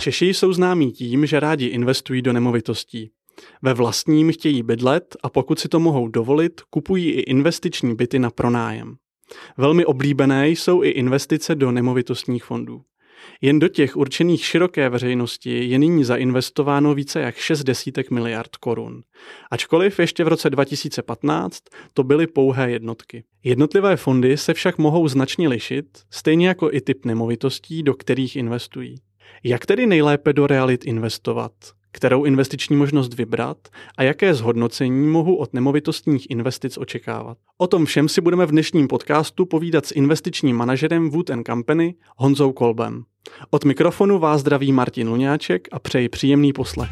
Češi jsou známí tím, že rádi investují do nemovitostí. Ve vlastním chtějí bydlet a pokud si to mohou dovolit, kupují i investiční byty na pronájem. Velmi oblíbené jsou i investice do nemovitostních fondů. Jen do těch určených široké veřejnosti je nyní zainvestováno více jak 60 miliard korun. Ačkoliv ještě v roce 2015 to byly pouhé jednotky. Jednotlivé fondy se však mohou značně lišit, stejně jako i typ nemovitostí, do kterých investují. Jak tedy nejlépe do realit investovat? Kterou investiční možnost vybrat a jaké zhodnocení mohu od nemovitostních investic očekávat? O tom všem si budeme v dnešním podcastu povídat s investičním manažerem Wood & Company Honzou Kolbem. Od mikrofonu vás zdraví Martin Luňáček a přeji příjemný poslech.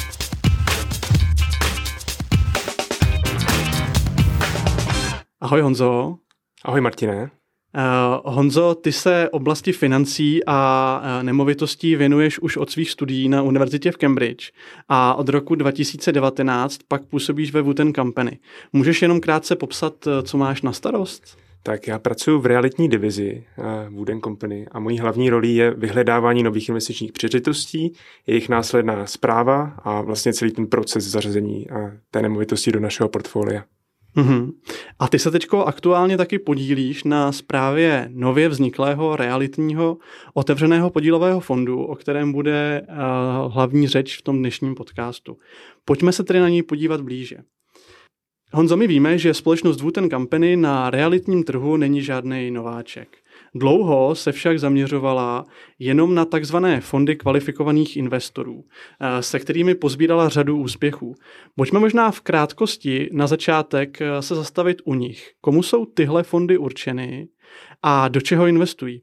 Ahoj Honzo. Ahoj Martine. Honzo, ty se oblasti financí a nemovitostí věnuješ už od svých studií na univerzitě v Cambridge a od roku 2019 pak působíš ve Wood & Company. Můžeš jenom krátce popsat, co máš na starost? Tak já pracuji v realitní divizi Wood & Company a mojí hlavní rolí je vyhledávání nových investičních příležitostí, jejich následná správa a vlastně celý ten proces zařazení té nemovitosti do našeho portfolia. Uhum. A ty se teďko aktuálně taky podílíš na správě nově vzniklého realitního otevřeného podílového fondu, o kterém bude hlavní řeč v tom dnešním podcastu. Pojďme se tedy na něj podívat blíže. Honzo, my víme, že společnost Wood & Company na realitním trhu není žádný nováček. Dlouho se však zaměřovala jenom na takzvané fondy kvalifikovaných investorů, se kterými pozbírala řadu úspěchů. Pojďme možná v krátkosti na začátek se zastavit u nich. Komu jsou tyhle fondy určeny a do čeho investují?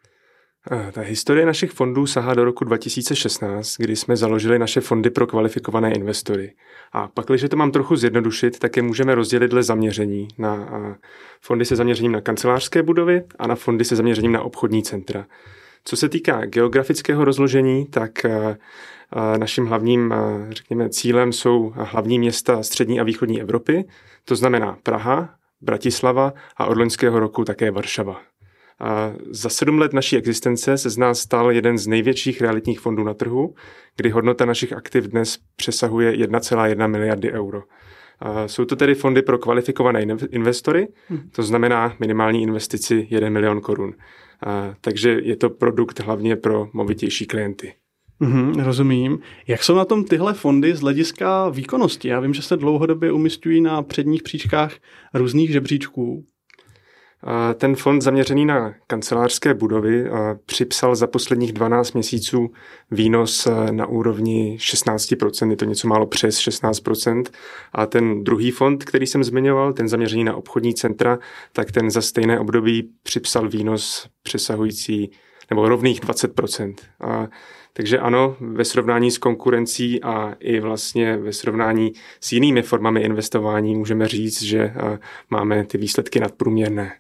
Ta historie našich fondů sahá do roku 2016, kdy jsme založili naše fondy pro kvalifikované investory. A pak, když to mám trochu zjednodušit, tak je můžeme rozdělit dle zaměření na fondy se zaměřením na kancelářské budovy a na fondy se zaměřením na obchodní centra. Co se týká geografického rozložení, tak naším hlavním, řekněme, cílem jsou hlavní města střední a východní Evropy, to znamená Praha, Bratislava a od loňského roku také Varšava. A za 7 let naší existence se z nás stal jeden z největších realitních fondů na trhu, kdy hodnota našich aktiv dnes přesahuje 1,1 miliardy euro. A jsou to tedy fondy pro kvalifikované investory, to znamená minimální investici 1 milion korun. Takže je to produkt hlavně pro movitější klienty. Rozumím. Jak jsou na tom tyhle fondy z hlediska výkonnosti? Já vím, že se dlouhodobě umisťují na předních příčkách různých žebříčků. Ten fond zaměřený na kancelářské budovy připsal za posledních 12 měsíců výnos na úrovni 16%, je to něco málo přes 16%. A ten druhý fond, který jsem zmiňoval, ten zaměřený na obchodní centra, tak ten za stejné období připsal výnos přesahující nebo rovných 20%. Takže ano, ve srovnání s konkurencí a i vlastně ve srovnání s jinými formami investování můžeme říct, že máme ty výsledky nadprůměrné.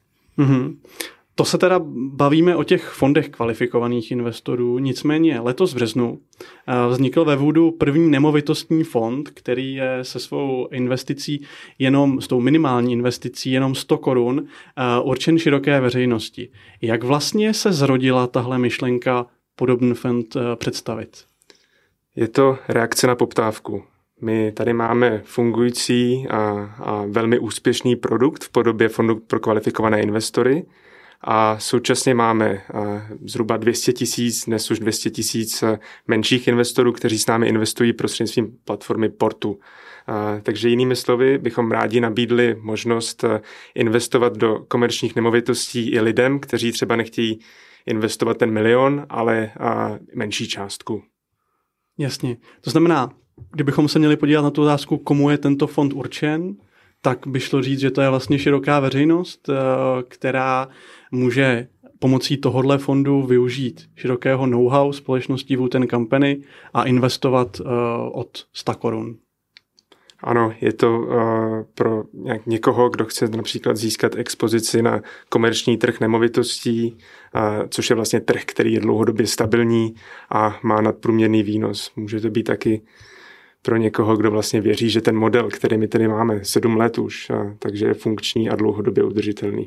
To se teda bavíme o těch fondech kvalifikovaných investorů, nicméně letos v březnu vznikl ve Woodu první nemovitostní fond, který je se svou investicí s tou minimální investicí jenom 100 korun určen široké veřejnosti. Jak vlastně se zrodila tahle myšlenka podobný fond představit? Je to reakce na poptávku. My tady máme fungující a velmi úspěšný produkt v podobě fondu pro kvalifikované investory a současně máme zhruba 200 000, dnes už 200 000 menších investorů, kteří s námi investují prostřednictvím platformy Portu. Takže jinými slovy bychom rádi nabídli možnost investovat do komerčních nemovitostí i lidem, kteří třeba nechtějí investovat ten milion, ale menší částku. Jasně. To znamená, kdybychom se měli podívat na tu otázku, komu je tento fond určen, tak by šlo říct, že to je vlastně široká veřejnost, která může pomocí tohohle fondu využít širokého know-how společnosti Wood & Company a investovat od 100 korun. Ano, je to pro někoho, kdo chce například získat expozici na komerční trh nemovitostí, což je vlastně trh, který je dlouhodobě stabilní a má nadprůměrný výnos. Může to být taky pro někoho, kdo vlastně věří, že ten model, který my tady máme 7 let už, takže je funkční a dlouhodobě udržitelný.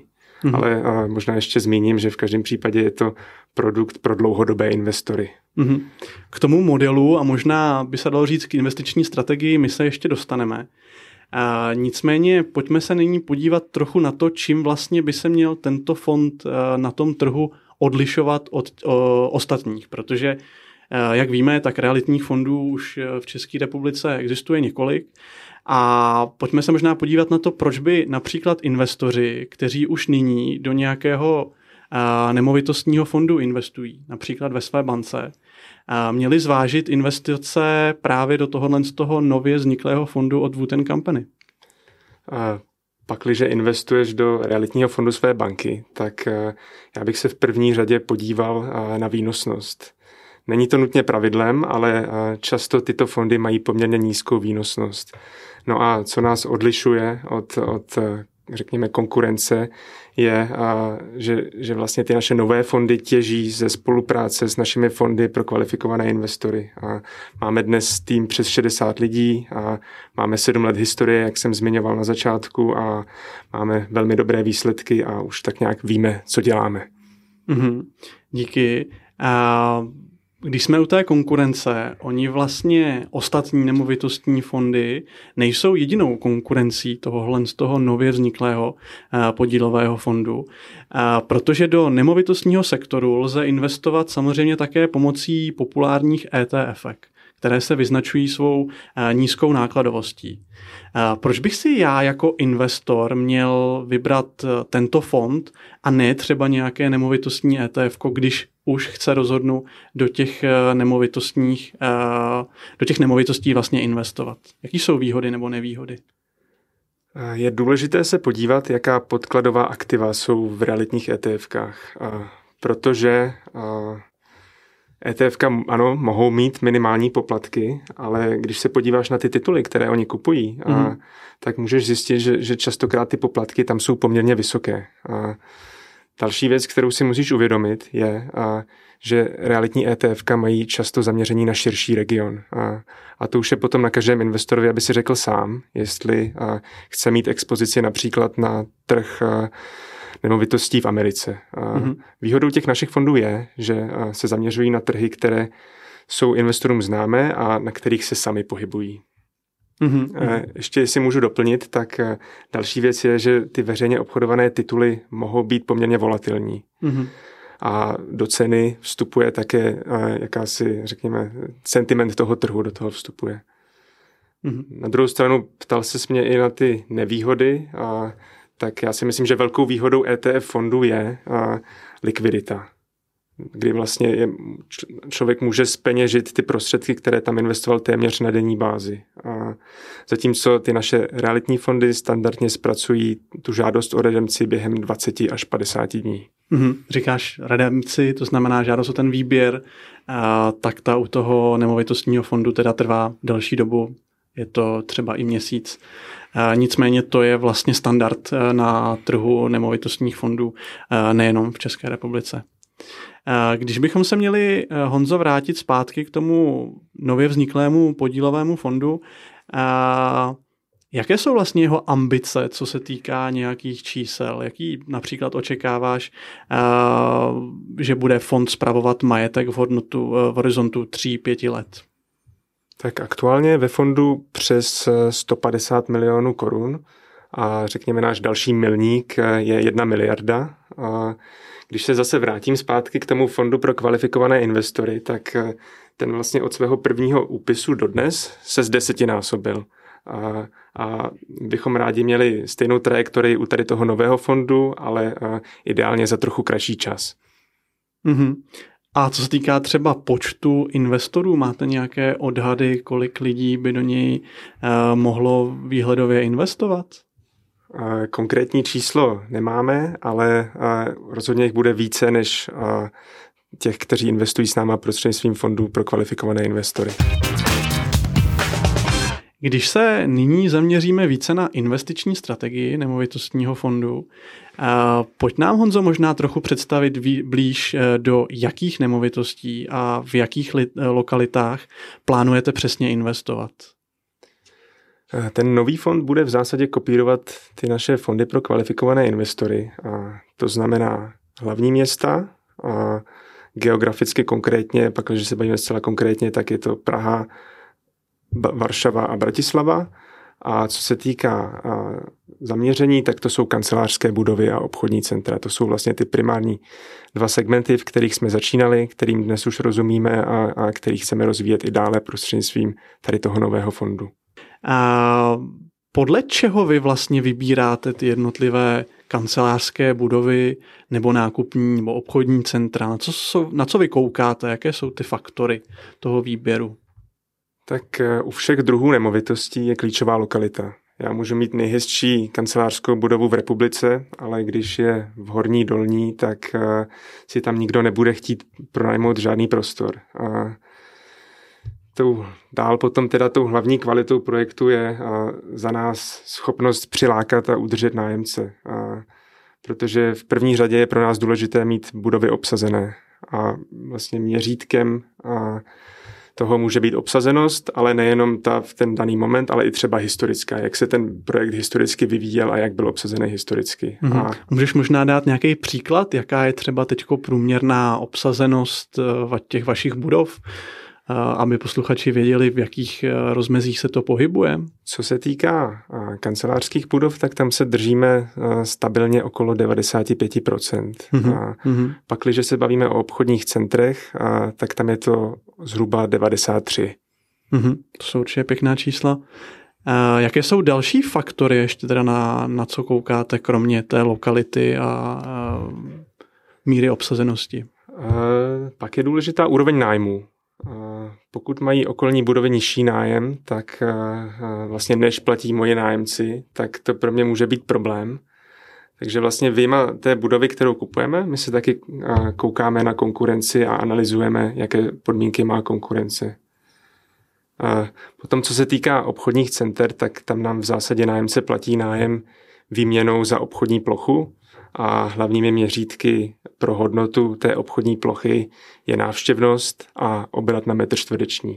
Ale možná ještě zmíním, že v každém případě je to produkt pro dlouhodobé investory. K tomu modelu a možná by se dalo říct k investiční strategii my se ještě dostaneme. Nicméně pojďme se nyní podívat trochu na to, čím vlastně by se měl tento fond na tom trhu odlišovat od ostatních, protože jak víme, tak realitních fondů už v České republice existuje několik. A pojďme se možná podívat na to, proč by například investoři, kteří už nyní do nějakého nemovitostního fondu investují, například ve své bance, měli zvážit investice právě do tohohle z toho nově vzniklého fondu od Wood & Company. Pakliže investuješ do realitního fondu své banky, tak já bych se v první řadě podíval na výnosnost. Není to nutně pravidlem, ale často tyto fondy mají poměrně nízkou výnosnost. No a co nás odlišuje od řekněme, konkurence, je, že vlastně ty naše nové fondy těží ze spolupráce s našimi fondy pro kvalifikované investory. A máme dnes tým přes 60 lidí a máme 7 let historie, jak jsem zmiňoval na začátku, a máme velmi dobré výsledky a už tak nějak víme, co děláme. Díky. Když jsme u té konkurence, oni vlastně ostatní nemovitostní fondy nejsou jedinou konkurencí tohohle z toho nově vzniklého podílového fondu, protože do nemovitostního sektoru lze investovat samozřejmě také pomocí populárních ETF, které se vyznačují svou nízkou nákladovostí. Proč bych si já jako investor měl vybrat tento fond a ne třeba nějaké nemovitostní ETF, když už chce rozhodnout do těch nemovitostí vlastně investovat? Jaký jsou výhody nebo nevýhody? Je důležité se podívat, jaká podkladová aktiva jsou v realitních ETFkách, protože ETFka, ano, mohou mít minimální poplatky, ale když se podíváš na ty tituly, které oni kupují, tak můžeš zjistit, že častokrát ty poplatky tam jsou poměrně vysoké. Další věc, kterou si musíš uvědomit, je, že realitní ETFka mají často zaměření na širší region. A to už je potom na každém investorovi, aby si řekl sám, jestli chce mít expozici například na trh nemovitostí v Americe. Výhodou těch našich fondů je, že se zaměřují na trhy, které jsou investorům známé a na kterých se sami pohybují. Ještě, jestli můžu doplnit, tak další věc je, že ty veřejně obchodované tituly mohou být poměrně volatilní. A do ceny vstupuje také jakási, řekněme, sentiment toho trhu do toho vstupuje. Na druhou stranu ptal ses mě i na ty nevýhody, tak já si myslím, že velkou výhodou ETF fondu je likvidita, kdy vlastně člověk může zpeněžit ty prostředky, které tam investoval téměř na denní bázi. Zatímco ty naše realitní fondy standardně zpracují tu žádost o redempci během 20 až 50 dní. Říkáš redempci, to znamená žádost o ten výběr, tak ta u toho nemovitostního fondu teda trvá delší dobu, je to třeba i měsíc. Nicméně to je vlastně standard na trhu nemovitostních fondů, nejenom v České republice. Když bychom se měli, Honzo, vrátit zpátky k tomu nově vzniklému podílovému fondu, jaké jsou vlastně jeho ambice, co se týká nějakých čísel? Jaký například očekáváš, že bude fond spravovat majetek v horizontu 3-5 let? Tak aktuálně ve fondu přes 150 milionů korun a řekněme náš další milník je 1 miliarda. Když se zase vrátím zpátky k tomu fondu pro kvalifikované investory, tak ten vlastně od svého prvního úpisu dodnes se zdesetinásobil. A bychom rádi měli stejnou trajektorii u tady toho nového fondu, ale ideálně za trochu kratší čas. A co se týká třeba počtu investorů, máte nějaké odhady, kolik lidí by do něj mohlo výhledově investovat? Konkrétní číslo nemáme, ale rozhodně jich bude více než těch, kteří investují s náma prostřednictvím fondů pro kvalifikované investory. Když se nyní zaměříme více na investiční strategii nemovitostního fondu, pojď nám, Honzo, možná trochu představit blíž, do jakých nemovitostí a v jakých lokalitách plánujete přesně investovat. Ten nový fond bude v zásadě kopírovat ty naše fondy pro kvalifikované investory. A to znamená hlavní města, a geograficky konkrétně, pak když se bavíme zcela konkrétně, tak je to Praha, Varšava a Bratislava. A co se týká zaměření, tak to jsou kancelářské budovy a obchodní centra. To jsou vlastně ty primární dva segmenty, v kterých jsme začínali, kterým dnes už rozumíme a který chceme rozvíjet i dále prostřednictvím tady toho nového fondu. A podle čeho vy vlastně vybíráte ty jednotlivé kancelářské budovy nebo nákupní nebo obchodní centra? Na co vy koukáte? Jaké jsou ty faktory toho výběru? Tak u všech druhů nemovitostí je klíčová lokalita. Já můžu mít nejhezčí kancelářskou budovu v republice, ale když je v Horní Dolní, tak si tam nikdo nebude chtít pronajmout žádný prostor. Dál potom teda tou hlavní kvalitou projektu je za nás schopnost přilákat a udržet nájemce. Protože v první řadě je pro nás důležité mít budovy obsazené. A vlastně měřítkem toho může být obsazenost, ale nejenom ta v ten daný moment, ale i třeba historická, jak se ten projekt historicky vyvíjel a jak byl obsazený historicky. Můžeš možná dát nějaký příklad, jaká je třeba teďko průměrná obsazenost těch vašich budov, aby posluchači věděli, v jakých rozmezích se to pohybuje? Co se týká kancelářských budov, tak tam se držíme stabilně okolo 95%. Pak, když se bavíme o obchodních centrech, tak tam je to zhruba 93%. To jsou určitě pěkná čísla. Jaké jsou další faktory ještě teda na co koukáte, kromě té lokality a míry obsazenosti? Pak je důležitá úroveň nájmu. Pokud mají okolní budovy nižší nájem, tak vlastně než platí moji nájemci, tak to pro mě může být problém. Takže vlastně vyjma té budovy, kterou kupujeme, my se taky koukáme na konkurenci a analyzujeme, jaké podmínky má konkurence. Potom, co se týká obchodních center, tak tam nám v zásadě nájemce platí nájem výměnou za obchodní plochu a hlavními měřítky pro hodnotu té obchodní plochy je návštěvnost a obrat na metr čtvereční.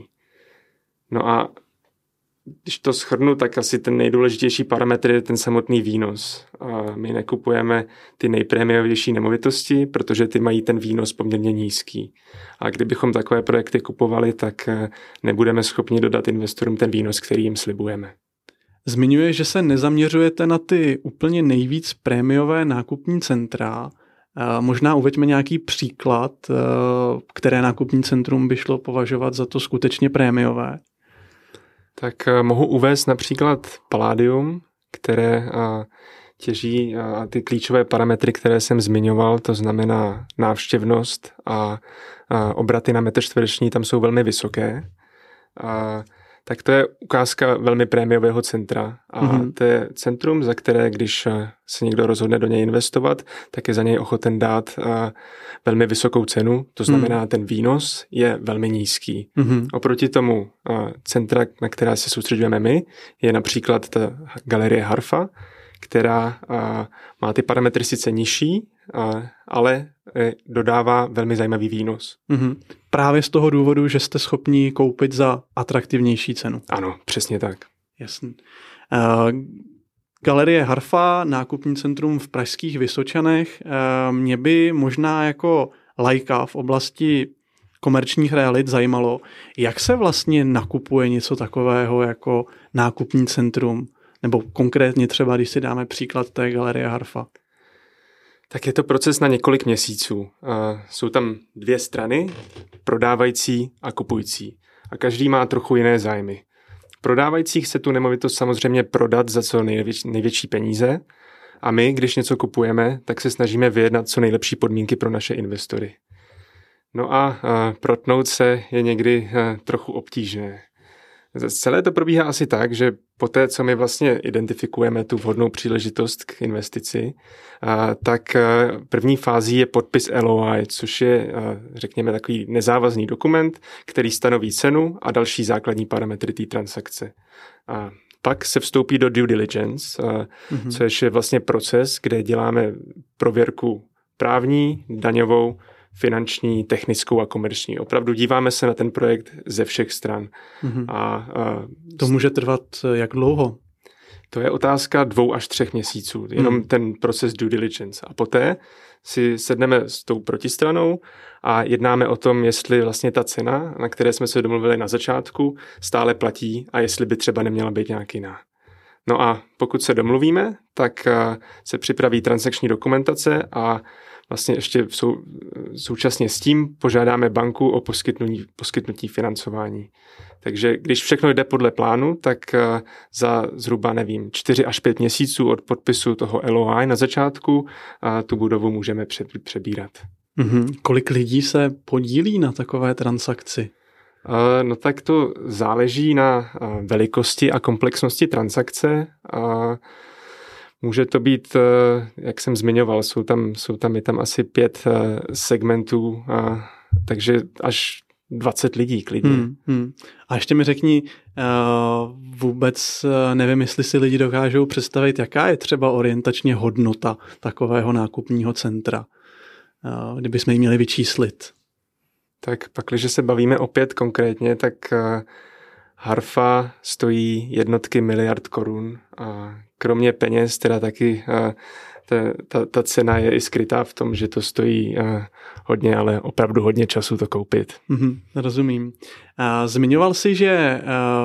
No a když to shrnu, tak asi ten nejdůležitější parametr je ten samotný výnos. My nekupujeme ty nejprémiovější nemovitosti, protože ty mají ten výnos poměrně nízký. A kdybychom takové projekty kupovali, tak nebudeme schopni dodat investorům ten výnos, který jim slibujeme. Zmiňuje, že se nezaměřujete na ty úplně nejvíc prémiové nákupní centra. Možná uveďme nějaký příklad, které nákupní centrum by šlo považovat za to skutečně prémiové. Tak mohu uvést například Palladium, které těží ty klíčové parametry, které jsem zmiňoval, to znamená návštěvnost a obraty na metr čtvereční tam jsou velmi vysoké. Tak to je ukázka velmi prémiového centra. A to je centrum, za které, když se někdo rozhodne do něj investovat, tak je za něj ochoten dát velmi vysokou cenu. To znamená, ten výnos je velmi nízký. Oproti tomu centra, na které se soustředujeme my, je například ta galerie Harfa, která má ty parametry sice nižší, ale dodává velmi zajímavý výnos. Právě z toho důvodu, že jste schopni koupit za atraktivnější cenu. Ano, přesně tak. Jasně. Galerie Harfa, nákupní centrum v pražských Vysočanech, mě by možná jako laika v oblasti komerčních realit zajímalo, jak se vlastně nakupuje něco takového jako nákupní centrum, nebo konkrétně třeba, když si dáme příklad té galerie Harfa. Tak je to proces na několik měsíců. Jsou tam dvě strany, prodávající a kupující. A každý má trochu jiné zájmy. Prodávající chce tu nemovitost samozřejmě prodat za co největší peníze a my, když něco kupujeme, tak se snažíme vyjednat co nejlepší podmínky pro naše investory. No a protnout se je někdy trochu obtížné. Celé to probíhá asi tak, že poté, co my vlastně identifikujeme tu vhodnou příležitost k investici, tak první fází je podpis LOI, což je, řekněme, takový nezávazný dokument, který stanoví cenu a další základní parametry té transakce. Pak se vstoupí do due diligence, což je vlastně proces, kde děláme prověrku právní, daňovou, finanční, technickou a komerční. Opravdu díváme se na ten projekt ze všech stran. To může trvat jak dlouho? To je otázka 2 až 3 měsíců, jenom ten proces due diligence. A poté si sedneme s tou protistranou a jednáme o tom, jestli vlastně ta cena, na které jsme se domluvili na začátku, stále platí a jestli by třeba neměla být nějak jiná. No a pokud se domluvíme, tak se připraví transakční dokumentace a vlastně ještě současně s tím požádáme banku o poskytnutí financování. Takže když všechno jde podle plánu, tak za zhruba, 4 až 5 měsíců od podpisu toho LOI na začátku tu budovu můžeme přebírat. Kolik lidí se podílí na takové transakci? No tak to záleží na velikosti a komplexnosti transakce. Může to být, jak jsem zmiňoval, je tam asi 5 segmentů, takže až 20 lidí klidně. A ještě mi řekni, vůbec nevím, jestli si lidi dokážou představit, jaká je třeba orientačně hodnota takového nákupního centra, kdybychom ji měli vyčíslit. Tak pak, když se bavíme opět konkrétně, tak Harfa stojí jednotky miliard korun a kromě peněz teda taky ta cena je i skrytá v tom, že to stojí hodně, ale opravdu hodně času to koupit. Rozumím. Zmiňoval jsi, že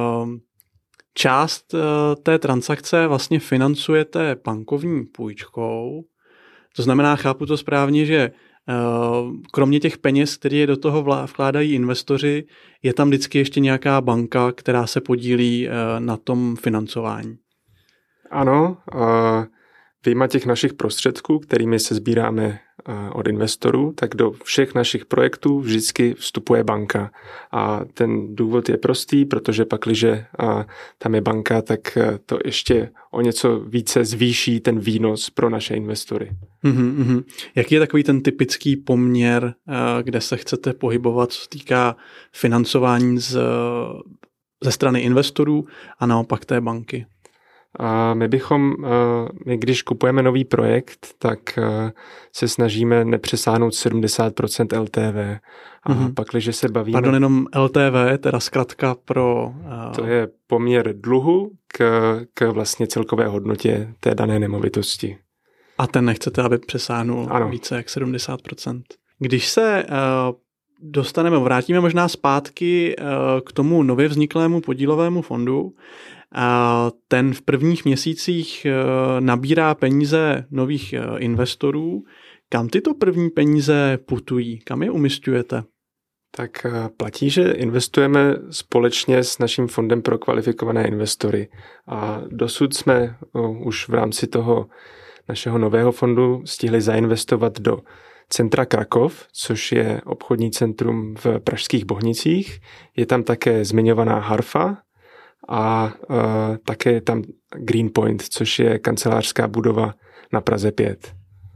část té transakce vlastně financujete bankovní půjčkou. To znamená, chápu to správně, že kromě těch peněz, které do toho vkládají investoři, je tam vždycky ještě nějaká banka, která se podílí na tom financování. Ano, vyjma těch našich prostředků, kterými se sbíráme od investorů, tak do všech našich projektů vždycky vstupuje banka. A ten důvod je prostý, protože pakliže tam je banka, tak to ještě o něco více zvýší ten výnos pro naše investory. Jaký je takový ten typický poměr, kde se chcete pohybovat, co se týká financování ze strany investorů a naopak té banky? A my když kupujeme nový projekt, tak se snažíme nepřesáhnout 70% LTV. A pak, když se bavíme... Pardon, jenom LTV, teda zkratka pro... To je poměr dluhu k vlastně celkové hodnotě té dané nemovitosti. A ten nechcete, aby přesáhnul více jak 70%. Když se vrátíme možná zpátky k tomu nově vzniklému podílovému fondu, ten v prvních měsících nabírá peníze nových investorů. Kam tyto první peníze putují? Kam je umisťujete? Tak platí, že investujeme společně s naším fondem pro kvalifikované investory. A dosud jsme už v rámci toho našeho nového fondu stihli zainvestovat do centra Krakov, což je obchodní centrum v pražských Bohnicích. Je tam také zmiňovaná Harfa, a také je tam Greenpoint, což je kancelářská budova na Praze 5.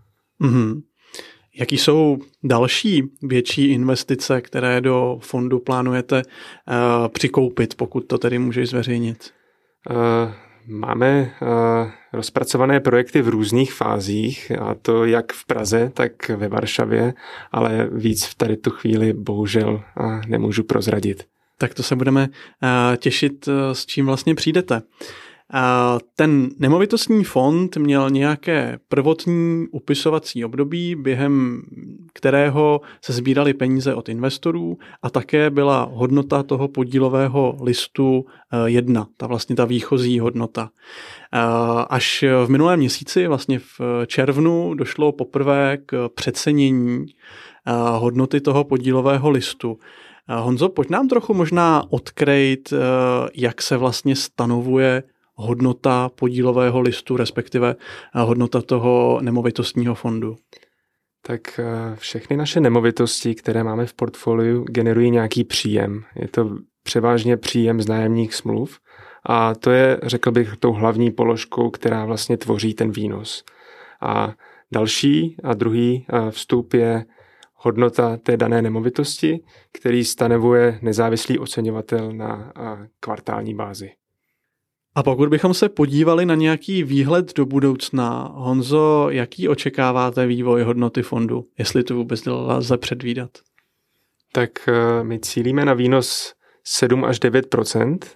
Jaký jsou další větší investice, které do fondu plánujete přikoupit, pokud to tedy můžeš zveřejnit? Máme rozpracované projekty v různých fázích, a to jak v Praze, tak ve Varšavě, ale víc v tady tu chvíli bohužel nemůžu prozradit. Tak to se budeme těšit, s čím vlastně přijdete. Ten nemovitostní fond měl nějaké prvotní upisovací období, během kterého se sbíraly peníze od investorů a také byla hodnota toho podílového listu 1, ta výchozí hodnota. Až v minulém měsíci, vlastně v červnu, došlo poprvé k přecenění hodnoty toho podílového listu. Honzo, pojď nám trochu možná odkrýt, jak se vlastně stanovuje hodnota podílového listu, respektive hodnota toho nemovitostního fondu. Tak všechny naše nemovitosti, které máme v portfoliu, generují nějaký příjem. Je to převážně příjem z nájemních smluv a to je, řekl bych, tou hlavní položkou, která vlastně tvoří ten výnos. A další a druhý vstup je hodnota té dané nemovitosti, který stanovuje nezávislý oceňovatel na kvartální bázi. A pokud bychom se podívali na nějaký výhled do budoucna, Honzo, jaký očekáváte vývoj hodnoty fondu, jestli to vůbec lze předvídat? Tak my cílíme na výnos 7 až 9%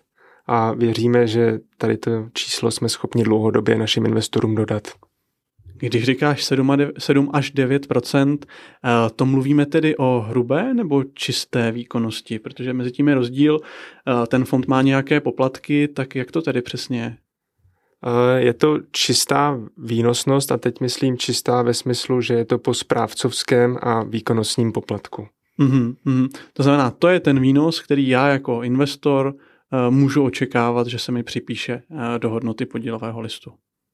a věříme, že tady to číslo jsme schopni dlouhodobě našim investorům dodat. Když říkáš 7 až 9%, to mluvíme tedy o hrubé nebo čisté výkonnosti? Protože mezi tím je rozdíl, ten fond má nějaké poplatky, tak jak to tedy přesně je? Je to čistá výnosnost a teď myslím čistá ve smyslu, že je to po správcovském a výkonnostním poplatku. To znamená, to je ten výnos, který já jako investor můžu očekávat, že se mi připíše do hodnoty podílového listu.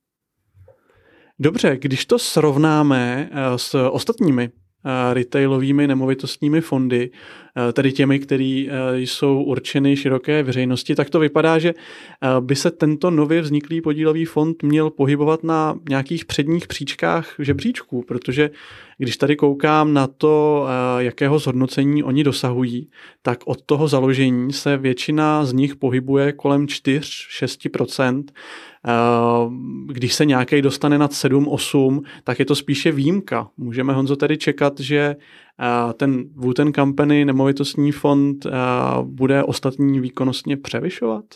Dobře, když to srovnáme s ostatními retailovými nemovitostními fondy, tedy těmi, které jsou určeny široké veřejnosti, tak to vypadá, že by se tento nově vzniklý podílový fond měl pohybovat na nějakých předních příčkách žebříčků, protože když tady koukám na to, jakého zhodnocení oni dosahují, tak od toho založení se většina z nich pohybuje kolem 4-6%. Když se nějaký dostane nad 7-8, tak je to spíše výjimka. Můžeme, Honzo, tedy čekat, že ten Wood & Company nemovitostní fond bude ostatní výkonnostně převyšovat?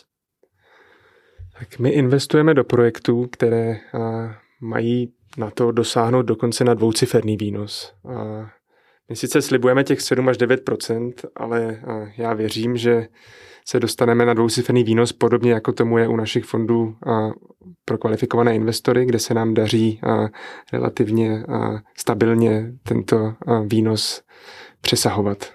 Tak my investujeme do projektů, které mají na to dosáhnout dokonce na dvouciferný výnos. My sice slibujeme těch 7 až 9%, ale já věřím, že se dostaneme na dvouciferný výnos, podobně jako tomu je u našich fondů pro kvalifikované investory, kde se nám daří relativně stabilně tento výnos přesahovat.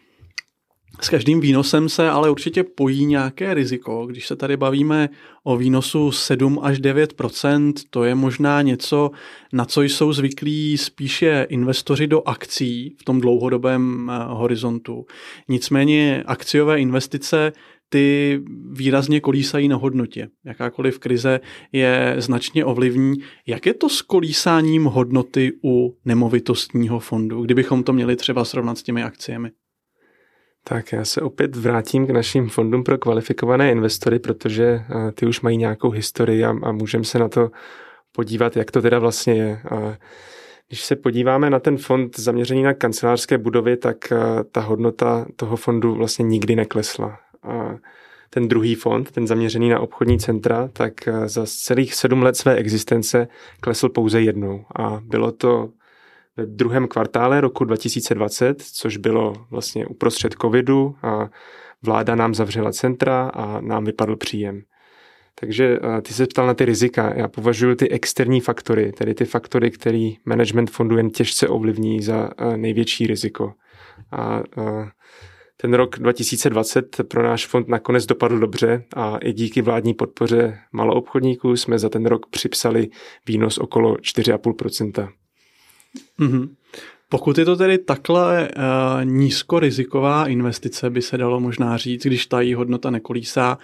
S každým výnosem se ale určitě pojí nějaké riziko. Když se tady bavíme o výnosu 7 až 9%, to je možná něco, na co jsou zvyklí spíše investoři do akcí v tom dlouhodobém horizontu. Nicméně akciové investice ty výrazně kolísají na hodnotě. Jakákoliv krize je značně ovlivní. Jak je to s kolísáním hodnoty u nemovitostního fondu, kdybychom to měli třeba srovnat s těmi akciemi? Tak já se opět vrátím k našim fondům pro kvalifikované investory, protože ty už mají nějakou historii a můžeme se na to podívat, jak to teda vlastně je. Když se podíváme na ten fond zaměřený na kancelářské budovy, tak ta hodnota toho fondu vlastně nikdy neklesla. Ten druhý fond, ten zaměřený na obchodní centra, tak za celých 7 let své existence klesl pouze jednou. A bylo to ve druhém kvartále roku 2020, což bylo vlastně uprostřed covidu a vláda nám zavřela centra a nám vypadl příjem. Takže ty se ptal na ty rizika. Já považuji ty externí faktory, tedy ty faktory, které management fondu jen těžce ovlivní za největší riziko. A ten rok 2020 pro náš fond nakonec dopadl dobře a i díky vládní podpoře maloobchodníků jsme za ten rok připsali výnos okolo 4,5%. Mm-hmm. Pokud je to tedy takhle nízkoriziková investice, by se dalo možná říct, když ta její hodnota nekolísá,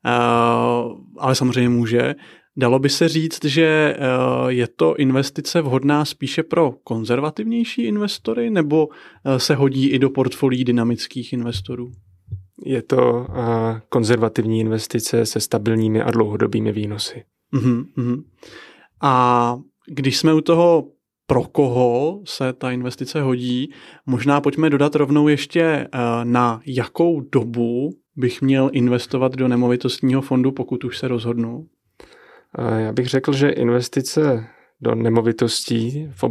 ale samozřejmě může, dalo by se říct, že je to investice vhodná spíše pro konzervativnější investory, nebo se hodí i do portfolií dynamických investorů? Je to konzervativní investice se stabilními a dlouhodobými výnosy. Mm-hmm. A když jsme u toho, pro koho se ta investice hodí, možná pojďme dodat rovnou ještě, na jakou dobu bych měl investovat do nemovitostního fondu, pokud už se rozhodnu? Já bych řekl, že investice do nemovitostí v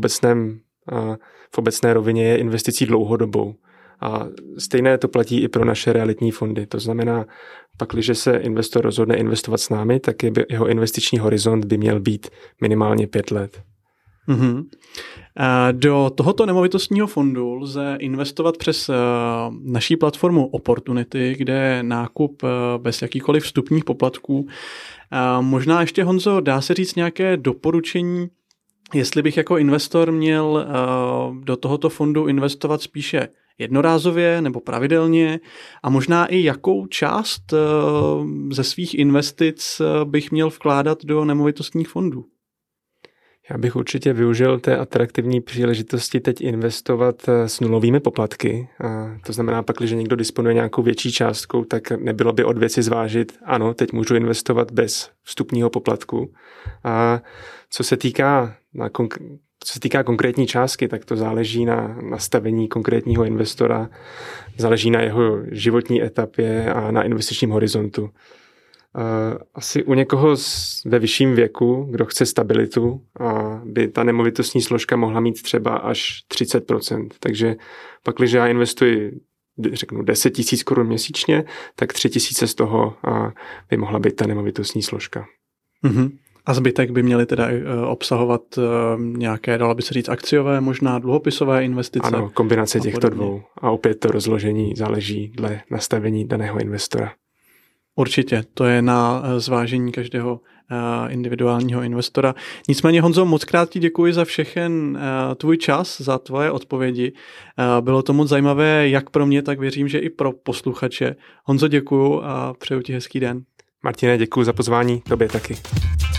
obecné rovině je investicí dlouhodobou. A stejné to platí i pro naše realitní fondy. To znamená, pakliže se investor rozhodne investovat s námi, tak jeho investiční horizont by měl být minimálně 5 let. Mm-hmm. Do tohoto nemovitostního fondu lze investovat přes naší platformu Opportunity, kde je nákup bez jakýchkoliv vstupních poplatků. Možná ještě, Honzo, dá se říct nějaké doporučení, jestli bych jako investor měl do tohoto fondu investovat spíše jednorázově nebo pravidelně a možná i jakou část ze svých investic bych měl vkládat do nemovitostních fondů? Já bych určitě využil té atraktivní příležitosti teď investovat s nulovými poplatky. To znamená, pak, když někdo disponuje nějakou větší částkou, tak nebylo by od věci zvážit, ano, teď můžu investovat bez vstupního poplatku. A co se týká konkrétní částky, tak to záleží na nastavení konkrétního investora, záleží na jeho životní etapě a na investičním horizontu. Asi u někoho ve vyšším věku, kdo chce stabilitu, by ta nemovitostní složka mohla mít třeba až 30%. Takže pak, když já investuji, řeknu 10 000 korun měsíčně, tak 3 000 z toho by mohla být ta nemovitostní složka. Mm-hmm. A zbytek by měly teda obsahovat nějaké, dalo by se říct, akciové, možná dluhopisové investice? Ano, kombinace těchto dvou. A opět to rozložení záleží dle nastavení daného investora. Určitě, to je na zvážení každého individuálního investora. Nicméně, Honzo, moc krát ti děkuji za všechen tvůj čas, za tvoje odpovědi. Bylo to moc zajímavé jak pro mě, tak věřím, že i pro posluchače. Honzo, děkuju a přeju ti hezký den. Martine, děkuji za pozvání, tobě taky.